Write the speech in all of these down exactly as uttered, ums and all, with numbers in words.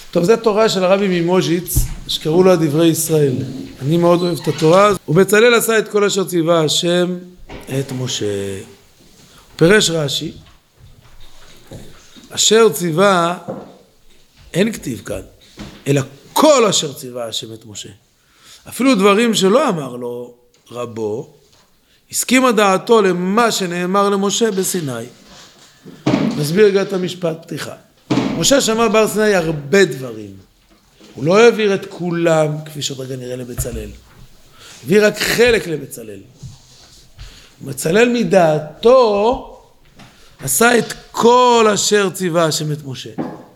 טוב, זו תורה של הרבי ממוז'יץ, שקראו לו דברי ישראל. אני מאוד אוהב את התורה. ובצלאל עשה את כל אשר ציווה השם את משה. פירש רש"י, אשר ציווה, אין כתיב כאן, אלא כל אשר ציווה השם את משה. אפילו דברים שלא אמר לו רבו, הסכימה דעתו למה שנאמר למשה בסיני. נסביר רגע את המשפט פתיחה. משה שמע בהר סיני הרבה דברים. הוא לא העביר את כולם, כפי שעוד רגע נראה לבצלאל. העביר רק חלק לבצלאל. בצלאל מדעתו עשה את כל אשר ציווה השם את משה.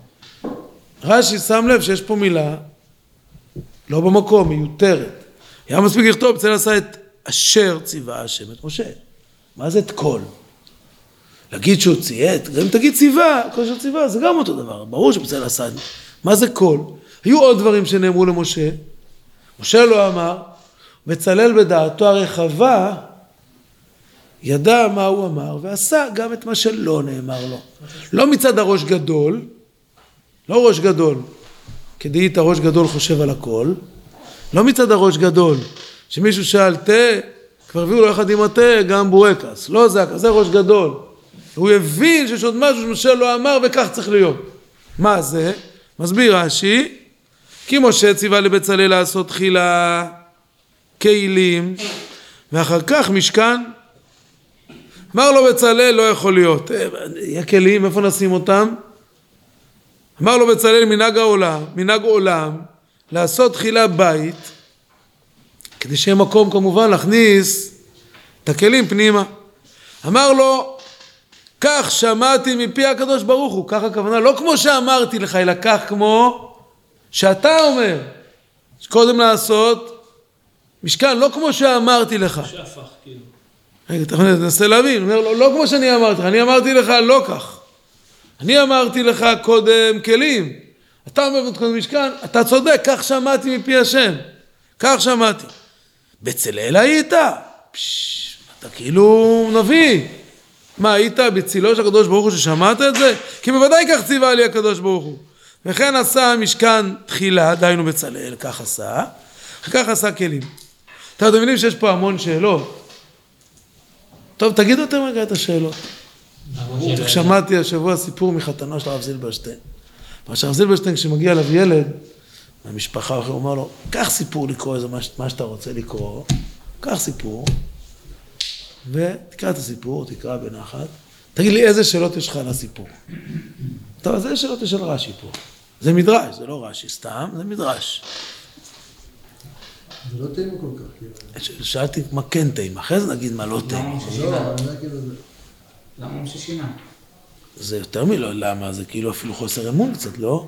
רש"י שם לב שיש פה מילה לא במקום, מיותרת. היה מספיק לכתוב, בצלאל עשה את אשר ציווה השם את משה. מה זה את כל? להגיד שהוא ציית, גם אם תגיד ציווה, כל אשר ציווה, זה גם אותו דבר. ברור שבצלאל עשה. מה זה כל? היו עוד דברים שנאמרו למשה. משה לא אמר, בצלאל בדעתו הרחבה, ידע מה הוא אמר, ועשה גם את מה שלא נאמר לו. לא מצד הראש גדול, לא ראש גדול, כדי את הראש גדול חושב על הכל, לא מצד הראש גדול, שמישהו שאל תה, כבר הביאו לו אחד עם התה, גם בורקס. לא זה, זה ראש גדול. הוא הבין שיש עוד משהו שמשה לא אמר, וכך צריך להיות. מה זה? מסביר רש"י, כי משה ציווה לבצלאל לעשות תחילה כלים, ואחר כך משכן. אמר לו בצלאל, לא יכול להיות. יהיה כלים, איפה נשים אותם? אמר לו בצלאל, מנהג העולם, מנהג עולם, לעשות תחילה בית, כדי שיהיה מקום כמובן להכניס את הכלים פנימה. אמר לו, כך שמעתי מפי הקדוש ברוך הוא, כך הכוונה, לא כמו שאמרתי לך, אלא כך כמו שאתה אומר, שקודם לעשות משכן, לא כמו שאמרתי לך. שהפך, כאילו. רגע, תנסה להבין, אומר, לא, לא כמו שאני אמרתי לך, אני אמרתי לך לא כך. אני אמרתי לך קודם כלים, אתה אומר קודם משכן, אתה צודק, כך שמעתי מפי השם, כך שמעתי. בצלאל היית, פש, אתה כאילו נביא. מה, היית בצילו של הקדוש ברוך הוא ששמעת את זה? כי בוודאי כך ציווה לי הקדוש ברוך הוא. וכן עשה משכן תחילה, דיינו בצלאל, כך עשה, וכך עשה כלים. אתם מבינים שיש פה המון שאלות. טוב, תגידו אתם רגע את השאלות. שמעתי השבוע סיפור מחתנו של הרב זילברשטיין. הרב זילברשטיין כשמגיע אליו ילד, המשפחה הוא אומר לו, קח סיפור לקרוא איזה מה שאתה רוצה לקרוא, קח סיפור, ותקרא את הסיפור, תקרא בנחת, תגיד לי איזה שאלות יש לך על הסיפור. טוב, אז איזה שאלות יש על רש"י פה. זה מדרש, זה לא רש"י סתם, זה מדרש. זה לא טעים כל כך. שאלתי מה כן טעים, אחרי זה נגיד מה לא טעים. למה משה שינה? זה יותר מלא, למה? זה כאילו אפילו חוסר אמון קצת, לא?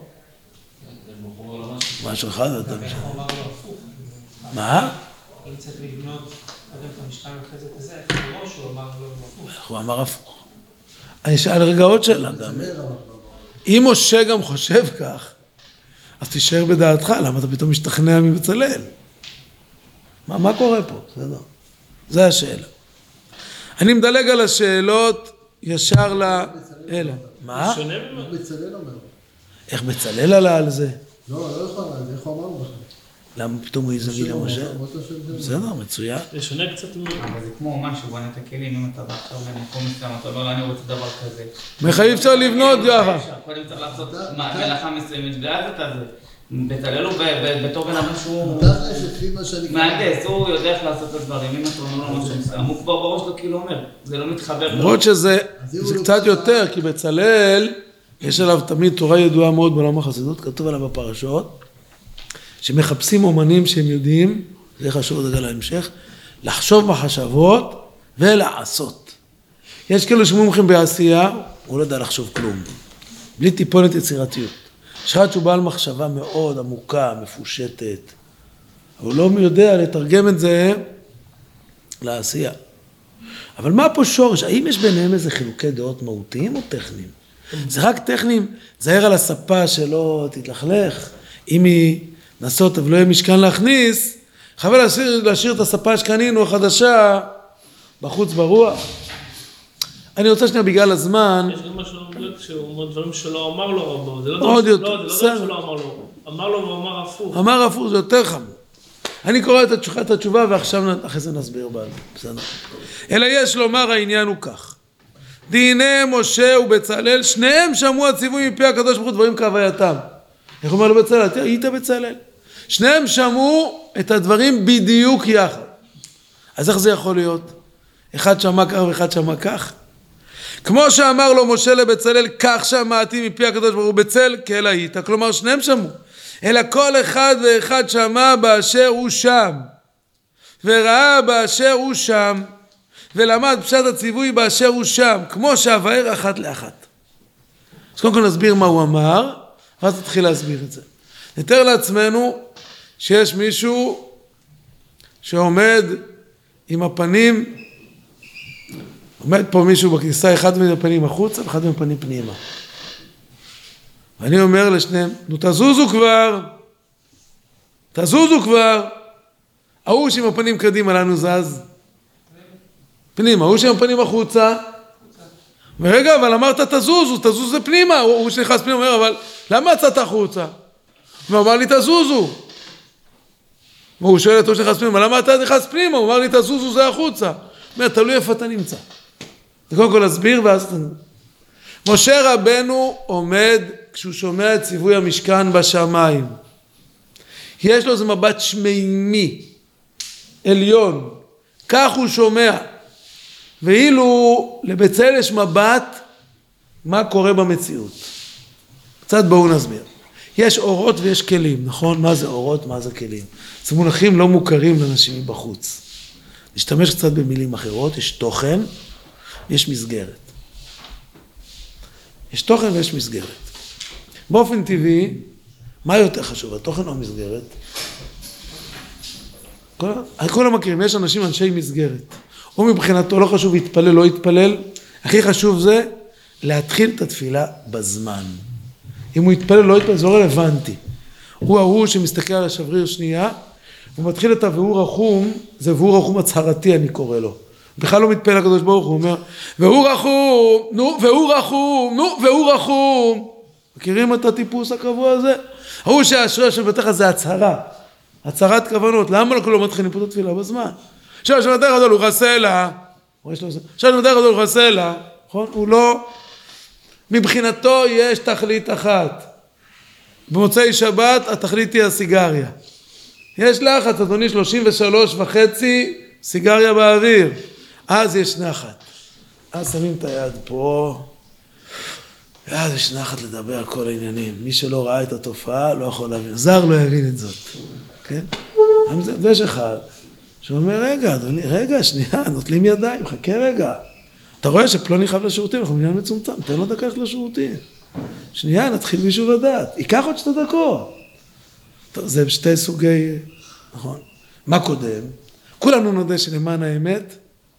מה שלך זה אתה משנה? מה? אם צריך לבנות, קודם את המשכן אחרי זה כזה, איך בראש הוא אמר לו הפוך? הוא אמר הפוך. אני שאל רגע עוד שאלה גם. אם משה גם חושב כך, אז תישאר בדעתך, למה אתה פתאום משתכנע מבצלאל? מה, מה קורה פה? בסדר. זה השאלה. אני מדלג על השאלות ישר לאלה. מה? שונה איך בצלאל אומר? איך בצלאל עלה על זה? לא, לא יכול על זה, איך הוא אמר בכלל? למה פתאום הוא יזגי למשה? בסדר, מצוין. זה שונה קצת מ... אבל זה כמו ממש, הוא בנה את הכלים, אם אתה בא עכשיו למקום מסוים, אתה לא, אני רוצה דבר כזה. מחייב אפשר לבנות יחד. קודם צריך לעשות מלאכה מסוימת, ואז אתה זה. בצלאל הוא בתור בן אדם שהוא מהנדס, הוא יודע איך לעשות את הדברים, אם אתה אומר לו משהו מסוים, הוא כבר בראש לו כאילו אומר, זה לא מתחבר. למרות שזה קצת יותר, כי בצלאל יש עליו תמיד תורה ידועה מאוד בעולם החסידות, כתוב עליו בפרשות, שמחפשים אומנים שהם יודעים, זה חשוב רגע להמשך, לחשוב מחשבות ולעשות. יש כאלו שמומחים בעשייה, הוא לא יודע לחשוב כלום, בלי טיפונת יצירתיות. שחד שהוא בעל מחשבה מאוד עמוקה, מפושטת, הוא לא יודע לתרגם את זה לעשייה. אבל מה פה שורש? האם יש ביניהם איזה חילוקי דעות מהותיים או טכניים? זה רק טכניים, זהר על הספה שלא תתלכלך, אם היא נסות אבל לא יהיה משכן להכניס, חבל להשאיר, להשאיר את הספה שקנינו החדשה בחוץ ברוח. אני רוצה שנייה בגלל הזמן. יש גם משהו שהוא אומר דברים שלא אמר לו רבו, זה לא עוד דבר יותר, שלא אמר לו, אמר לו ואמר הפוך. אמר הפוך, זה יותר חמור. אני קורא את התשובה ועכשיו אחרי זה נסביר בעל, בסדר. אלא יש לומר העניין הוא כך. דיני משה ובצלאל, שניהם שמעו הציווי מפי הקדוש ברוך הוא דברים כהווייתם. איך אומר לבצלאל? היית בצלאל. שניהם שמעו את הדברים בדיוק יחד. אז איך זה יכול להיות? אחד שמע כך ואחד שמע כך? כמו שאמר לו משה לבצלאל, כך שמעתי מפי הקדוש ברוך הוא בצל, כאל היית. כלומר, שניהם שמעו. אלא כל אחד ואחד שמע באשר הוא שם, וראה באשר הוא שם, ולמד פשט הציווי באשר הוא שם, כמו שהבאר אחת לאחת. אז קודם כל נסביר מה הוא אמר, ואז נתחיל להסביר את זה. נתאר לעצמנו שיש מישהו שעומד עם הפנים, עומד פה מישהו בכניסה, אחד מן הפנים החוצה ואחד מן הפנים פנימה. ואני אומר לשניהם, נו תזוזו כבר, תזוזו כבר. ההוא שעם הפנים קדימה לנו זז. פנימה, ההוא שעם הפנים החוצה. ורגע, אבל אמרת תזוזו, תזוזו זה פנימה. הוא שנכנס פנימה, אומר, אבל למה יצאת החוצה? הוא אמר לי תזוזו. והוא שואל את הוא שנכנס פנימה, למה אתה נכנס פנימה? הוא אמר לי תזוזו זה החוצה. הוא אומר, תלוי איפה אתה נמצא. זה קודם כל להסביר ואז אתה... משה רבנו עומד כשהוא שומע את ציווי המשכן בשמיים. יש לו איזה מבט שמימי, עליון, כך הוא שומע. ואילו לבצלאל יש מבט מה קורה במציאות. קצת בואו נסביר. יש אורות ויש כלים, נכון? מה זה אורות, מה זה כלים? זה מונחים לא מוכרים לאנשים מבחוץ. נשתמש קצת במילים אחרות, יש תוכן, יש מסגרת. יש תוכן ויש מסגרת. באופן טבעי, מה יותר חשוב, התוכן או המסגרת? כולם מכירים, יש אנשים אנשי מסגרת. או מבחינתו לא חשוב יתפלל, לא יתפלל. הכי חשוב זה להתחיל את התפילה בזמן. אם הוא יתפלל, לא יתפלל, זה לא רלוונטי. הוא ההוא שמסתכל על השבריר שנייה, הוא מתחיל את ה"והוא רחום", זה "והוא רחום" הצהרתי אני קורא לו. בכלל לא מתפלל לקדוש ברוך הוא, הוא אומר, "והוא רחום, נו, והוא רחום, נו, והוא רחום". מכירים את הטיפוס הקבוע הזה? ההוא שהאשרי של בתיך זה הצהרה, הצהרת כוונות. למה לא כולם מתחילים פה את התפילה בזמן? עכשיו שבתך גדול הוא חסלה, עכשיו שבתך גדול הוא חסלה, נכון? הוא לא, מבחינתו יש תכלית אחת. במוצאי שבת התכלית היא הסיגריה. יש לחץ, אדוני, שלושים ושלוש וחצי סיגריה באוויר. אז יש נחת. אז שמים את היד פה. ואז יש נחת לדבר על כל העניינים. מי שלא ראה את התופעה לא יכול להבין. זר לא יבין את זאת. כן? ויש אחד שאומר, רגע, אדוני, רגע, שנייה, נוטלים ידיים, חכה רגע. אתה רואה שפלוני חייב לשירותים, אנחנו מניין מצומצם, תן לו דקה של לשירותים. שנייה, נתחיל מישהו לדעת. ייקח עוד שתי דקות. טוב, זה שתי סוגי, נכון. מה קודם? כולנו נודה שלמען האמת,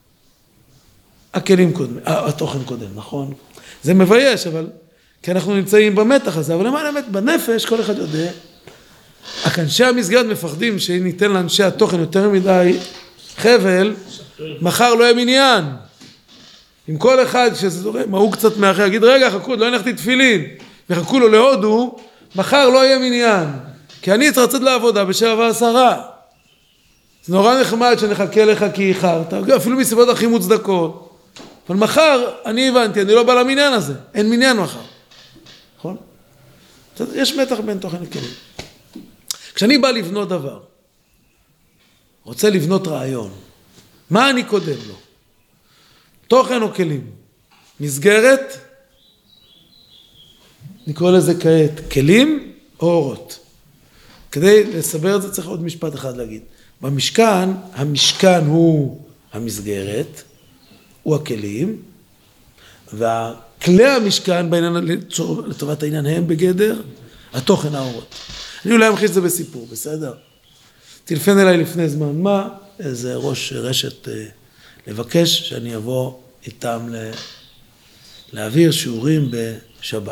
הכלים קודמים, התוכן קודם, נכון? זה מבייש, אבל, כי אנחנו נמצאים במתח הזה, אבל למען האמת, בנפש, כל אחד יודע, אנשי המסגרת מפחדים שאם ניתן לאנשי התוכן יותר מדי חבל, מחר לא יהיה מניין. עם כל אחד שזה זורם, מה הוא קצת מאחר, יגיד, רגע, חכו, לא הנחתי תפילין, וחכו לו להודו, מחר לא יהיה מניין. כי אני צריך לצאת לעבודה בשבע ועשרה. זה נורא נחמד שנחכה לך כי איחרת, אפילו מסיבות הכי מוצדקות. אבל מחר, אני הבנתי, אני לא בא למניין הזה, אין מניין מחר. נכון? יש מתח בין תוכן לכלים. כשאני בא לבנות דבר, רוצה לבנות רעיון, מה אני קודם לו? תוכן או כלים? מסגרת? נקרא לזה כעת, כלים או אורות? כדי לסבר את זה צריך עוד משפט אחד להגיד. במשכן, המשכן הוא המסגרת, הוא הכלים, והכלי המשכן בעניין, לטובת העניין הם בגדר, התוכן האורות. אני אולי אמחיש את זה בסיפור, בסדר? טלפן אליי לפני זמן מה, איזה ראש רשת לבקש שאני אבוא איתם להעביר שיעורים בשבת.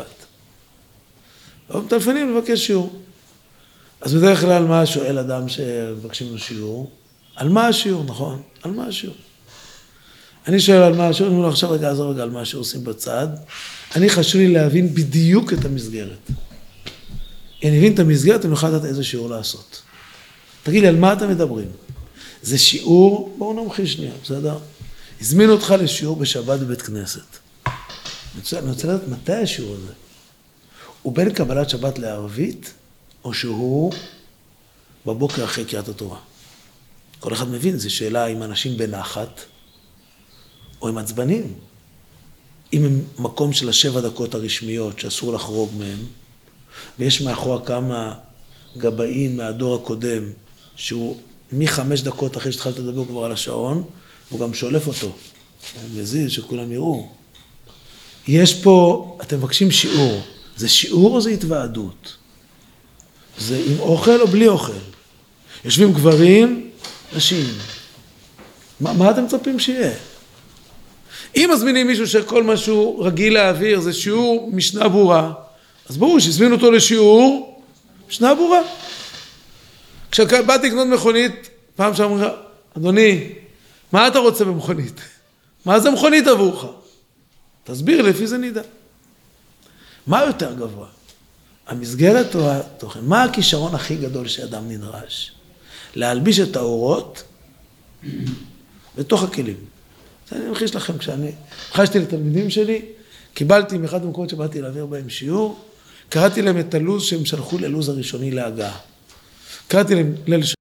טלפנים לבקש שיעור. אז בדרך כלל מה שואל אדם שמבקשים לו שיעור? על מה השיעור, נכון? על מה השיעור? אני שואל על מה השיעור, אני אומר עכשיו רגע, עזור רגע על מה שעושים בצד. אני חשוב לי להבין בדיוק את המסגרת. אני מבין את המסגרת, אני יכול לדעת איזה שיעור לעשות. תגיד לי, על מה אתם מדברים? זה שיעור, בואו נמחיש שנייה, בסדר? הזמין אותך לשיעור בשבת בבית כנסת. אני רוצה, אני רוצה לדעת מתי השיעור הזה. הוא בין קבלת שבת לערבית, או שהוא בבוקר אחרי קריאת התורה. כל אחד מבין, זו שאלה אם אנשים בנחת, או עם עצבנים. אם הם מקום של השבע דקות הרשמיות שאסור לחרוג מהם, ויש מאחורה כמה גבאים מהדור הקודם, שהוא מחמש דקות אחרי שהתחלת לדבר כבר על השעון, הוא גם שולף אותו. מזיז, שכולם יראו. יש פה, אתם מבקשים שיעור. זה שיעור או זה התוועדות? זה עם אוכל או בלי אוכל? יושבים גברים, נשים. מה, מה אתם מצפים שיהיה? אם מזמינים מישהו שכל משהו רגיל להעביר, זה שיעור משנה ברורה, אז ברור שהזמינו אותו לשיעור משנה ברורה. כשבאתי לקנות מכונית, פעם שאמרו, אדוני, מה אתה רוצה במכונית? מה זה מכונית עבורך? תסביר לפי זה נדע. מה יותר גבוה? המסגרת או התוכן? מה הכישרון הכי גדול שאדם נדרש? להלביש את האורות בתוך הכלים. אז אני ממחיש לכם, כשאני חשתי לתלמידים שלי, קיבלתי מאחד המקומות שבאתי להעביר בהם שיעור, קראתי להם את הלוז שהם שלחו ללוז הראשוני להגעה. קראתי להם ליל שבת.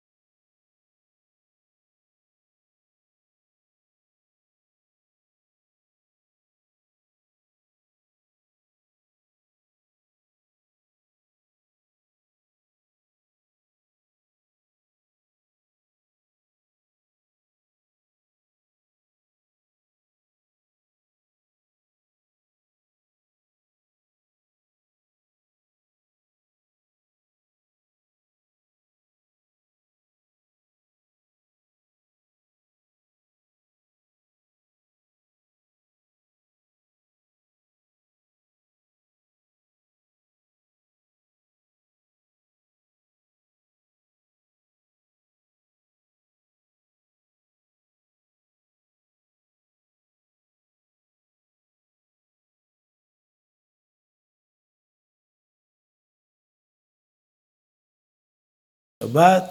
שבת,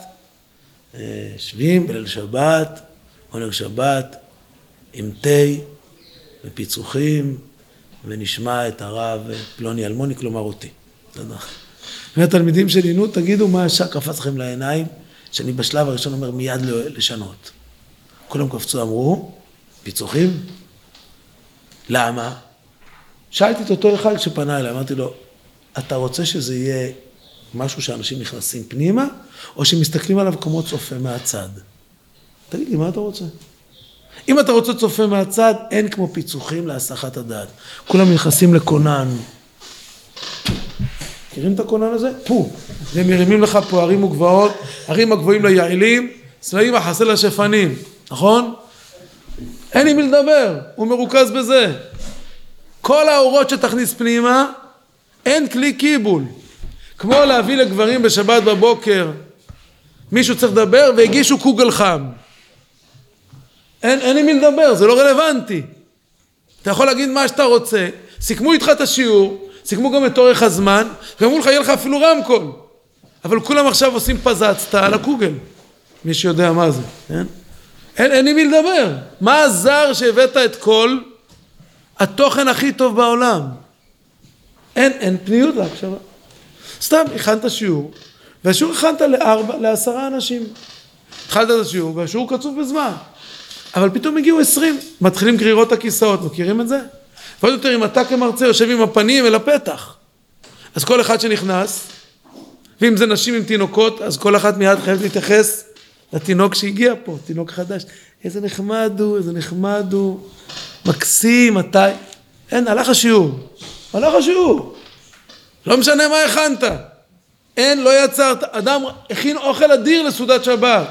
שבים בליל שבת, עונג שבת, עם תה ופיצוחים, ונשמע את הרב פלוני אלמוני, כלומר אותי. תודה. והתלמידים שלי, נו, תגידו מה השעה קפץ לכם לעיניים, שאני בשלב הראשון אומר מיד לשנות. כולם קפצו, אמרו, פיצוחים? למה? שאלתי את אותו אחד שפנה אליי, אמרתי לו, אתה רוצה שזה יהיה משהו שאנשים נכנסים פנימה, או שמסתכלים עליו כמו צופה מהצד? תגיד לי, מה אתה רוצה? אם אתה רוצה צופה מהצד, אין כמו פיצוחים להסחת הדעת. כולם נכנסים לקונן. מכירים את הקונן הזה? פו. הם מרימים לך פה ערים וגבעות, ערים הגבוהים ליעילים, צלעים החסל לשפנים. נכון? אין עם מי לדבר, הוא מרוכז בזה. כל האורות שתכניס פנימה, אין כלי קיבול. כמו להביא לגברים בשבת בבוקר, מישהו צריך לדבר והגישו קוגל חם. אין, אין עם מי לדבר, זה לא רלוונטי. אתה יכול להגיד מה שאתה רוצה, סיכמו איתך את השיעור, סיכמו גם את אורך הזמן, ואמרו לך, יהיה לך אפילו רמקול. אבל כולם עכשיו עושים פזצתה על הקוגל. מי שיודע מה זה, כן? אין, אין עם מי לדבר. מה הזר שהבאת את כל התוכן הכי טוב בעולם? אין, אין פניות להקשבה. סתם, הכנת שיעור, והשיעור הכנת לארבע, לעשרה אנשים. התחלת את השיעור, והשיעור קצוב בזמן. אבל פתאום הגיעו עשרים, מתחילים גרירות הכיסאות, מכירים את זה? ועוד יותר, אם אתה כמרצה יושב עם הפנים אל הפתח. אז כל אחד שנכנס, ואם זה נשים עם תינוקות, אז כל אחד מיד חייב להתייחס לתינוק שהגיע פה, תינוק חדש. איזה נחמד הוא, איזה נחמד הוא, מקסים, מתי? אין, הלך השיעור, הלך השיעור. לא משנה מה הכנת. אין, לא יצרת. אדם הכין אוכל אדיר לסעודת שבת.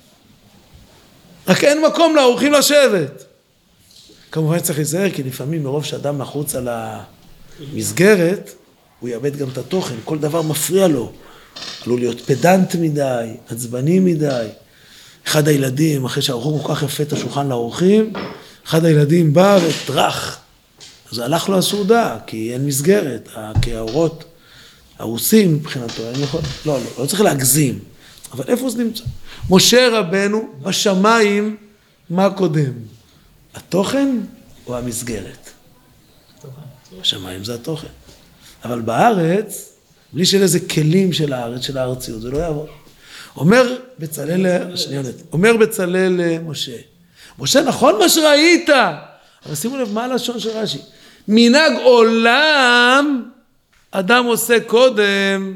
רק אין מקום לאורחים לשבת. כמובן צריך להיזהר, כי לפעמים מרוב שאדם מחוץ על המסגרת, הוא יאבד גם את התוכן. כל דבר מפריע לו. עלול להיות פדנט מדי, עצבני מדי. אחד הילדים, אחרי שהאורחים כל כך יפה את השולחן לאורחים, אחד הילדים בא וטרח, אז הלך לו הסעודה, כי אין מסגרת, כי האורות הרוסים מבחינתו, אני יכול, לא, לא, לא צריך להגזים, אבל איפה זה נמצא? משה רבנו בשמיים, מה קודם? התוכן או המסגרת? בשמיים זה התוכן. אבל בארץ, בלי של איזה כלים של הארץ, של הארציות, זה לא יעבור. אומר בצלאל, שנייה, אומר בצלאל למשה, משה, נכון מה שראית, אבל שימו לב מה הלשון של רש"י, מנהג עולם אדם עושה קודם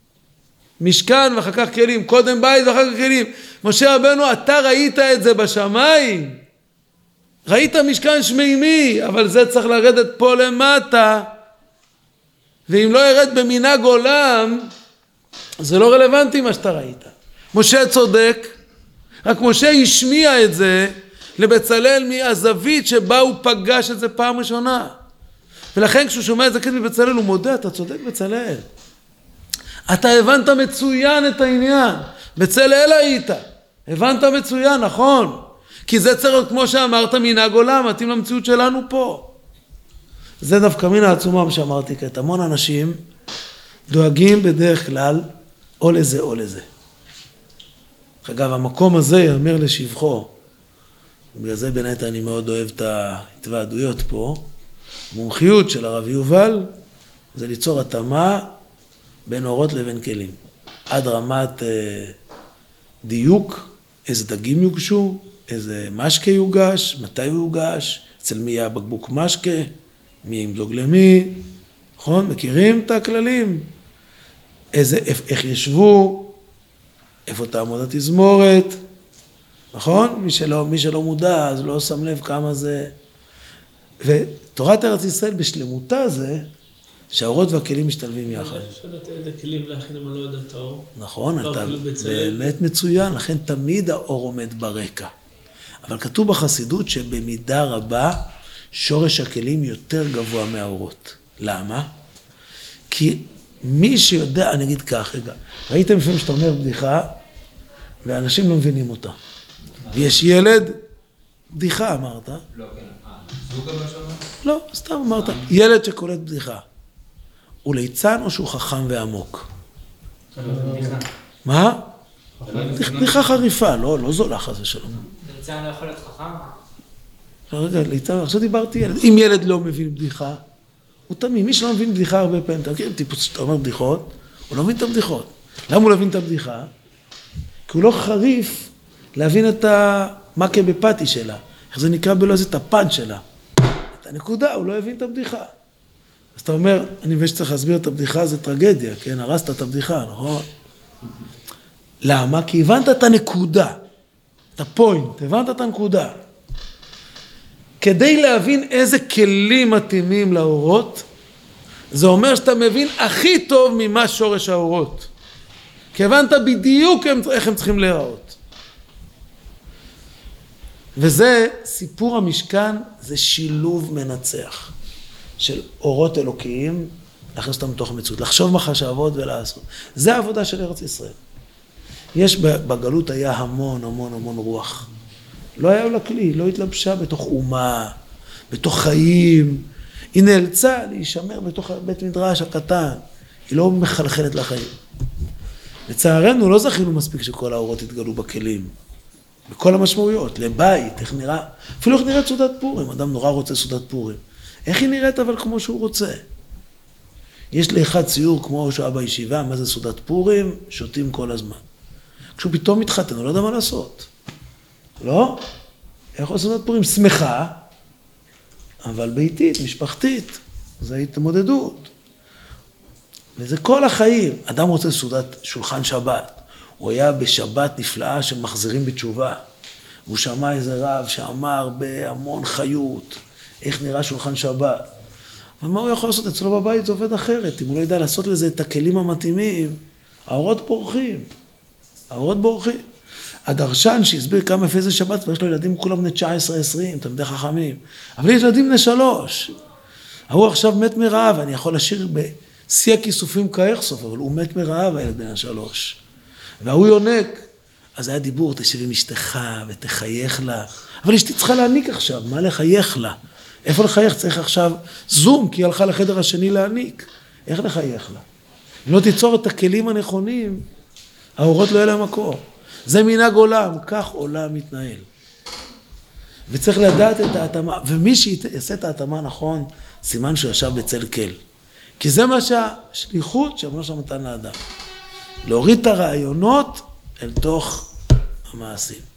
משכן ואחר כך כלים, קודם בית ואחר כך כלים. משה רבנו, אתה ראית את זה בשמיים, ראית משכן שמימי, אבל זה צריך לרדת פה למטה, ואם לא ירד במנהג עולם, זה לא רלוונטי מה שאתה ראית. משה צודק, רק משה השמיע את זה לבצלאל מהזווית שבה הוא פגש את זה פעם ראשונה. ולכן כשהוא שומע את זה כדי בצלאל, הוא מודה, אתה צודק בצלאל. אתה הבנת מצוין את העניין. בצלאל היית. הבנת מצוין, נכון. כי זה צריך, כמו שאמרת, מנהג עולם, מתאים למציאות שלנו פה. זה דווקא מן העצומה שאמרתי, כי את המון אנשים דואגים בדרך כלל או לזה או לזה. אגב, המקום הזה יאמר לשבחו. בגלל זה באמת אני מאוד אוהב את ההתוועדויות פה. המומחיות של הרב יובל זה ליצור התאמה בין אורות לבין כלים. עד רמת אה, דיוק, איזה דגים יוגשו, איזה משקה יוגש, מתי הוא יוגש, אצל מי יהיה בקבוק משקה, מי ימזוג למי, נכון? מכירים את הכללים? איזה, איך ישבו, איפה תעמוד התזמורת, נכון? מי שלא, מי שלא מודע, אז לא שם לב כמה זה. ותורת ארץ ישראל בשלמותה זה שהאורות והכלים משתלבים יחד. אפשר לתת איזה כלים להכין אם אני לא יודע את האור. נכון, אתה באמת מצוין, לכן תמיד האור עומד ברקע. אבל כתוב בחסידות שבמידה רבה שורש הכלים יותר גבוה מהאורות. למה? כי מי שיודע, אני אגיד כך, רגע, ראיתם לפעמים שאתה אומר בדיחה ואנשים לא מבינים אותה. ויש ילד, בדיחה אמרת. לא, כן. אה, זוג גם לא שמע? לא, סתם אמרת. ילד שקולט בדיחה. הוא ליצן או שהוא חכם ועמוק? מה? בדיחה חריפה, לא, לא זולה חס ושלום. ליצן לא יכול להיות חכם? רגע, ליצן, עכשיו דיברתי ילד. אם ילד לא מבין בדיחה, הוא תמיד, מי שלא מבין בדיחה הרבה פעמים, אתה מכיר, טיפוס שאתה אומר בדיחות, הוא לא מבין את הבדיחות. למה הוא לא מבין את הבדיחה? כי הוא לא חריף להבין את המכה בפתי שלה. איך זה נקרא בלועז את הפן שלה. את הנקודה, הוא לא הבין את הבדיחה. אז אתה אומר, אני מבין שצריך להסביר את הבדיחה, זה טרגדיה, כן? הרסת את הבדיחה, נכון? למה? כי הבנת את הנקודה, את הפוינט, הבנת את הנקודה. כדי להבין איזה כלים מתאימים לאורות, זה אומר שאתה מבין הכי טוב ממה שורש האורות. כי הבנת בדיוק איך הם צריכים להיראות. וזה, סיפור המשכן, זה שילוב מנצח של אורות אלוקיים, להכניס אותם מתוך מציאות, לחשוב מחשבות ולעשות. זה העבודה של ארץ ישראל. יש בגלות היה המון המון המון רוח. לא היה לה כלי, לא התלבשה בתוך אומה, בתוך חיים. היא נאלצה להישמר בתוך בית מדרש הקטן. היא לא מחלחלת לחיים. לצערנו לא זכינו מספיק שכל האורות התגלו בכלים. בכל המשמעויות, לבית, איך נראה, אפילו איך נראית סעודת פורים, אדם נורא רוצה סעודת פורים. איך היא נראית אבל כמו שהוא רוצה? יש לאחד ציור כמו שהוא היה בישיבה, מה זה סעודת פורים? שותים כל הזמן. כשהוא פתאום מתחתן, הוא לא יודע מה לעשות. לא? איך הוא סעודת פורים? שמחה, אבל ביתית, משפחתית. זה התמודדות. וזה כל החיים. אדם רוצה סעודת שולחן שבת. הוא היה בשבת נפלאה של מחזירים בתשובה. והוא שמע איזה רב שאמר בהמון חיות, איך נראה שולחן שבת. ומה הוא יכול לעשות? אצלו בבית זה עובד אחרת. אם הוא לא ידע לעשות לזה את הכלים המתאימים, האורות בורחים. האורות בורחים. הדרשן שהסביר כמה לפי זה שבת, ויש לו ילדים כולם בני תשע עשרה עשרים, תלמידי חכמים. אבל יש ילדים בני שלוש. הוא עכשיו מת מרעב, אני יכול לשיר בשיא הכיסופים כאיירסוף, אבל הוא מת מרעב, הילד בן השלוש. והוא יונק, אז היה דיבור, תשב עם אשתך ותחייך לה. אבל אשתי צריכה להעניק עכשיו, מה לחייך לה? איפה לחייך? צריך עכשיו זום, כי היא הלכה לחדר השני להעניק. איך לחייך לה? אם לא תיצור את הכלים הנכונים, האורות לא יהיה להם מקור. זה מנהג עולם, כך עולם מתנהל. וצריך לדעת את ההתאמה, ומי שיעשה את ההתאמה נכון, סימן שהוא ישב בצל כל. כי זה מה שהשליחות שאמרו שם נתן לאדם. להוריד את הרעיונות אל תוך המעשים.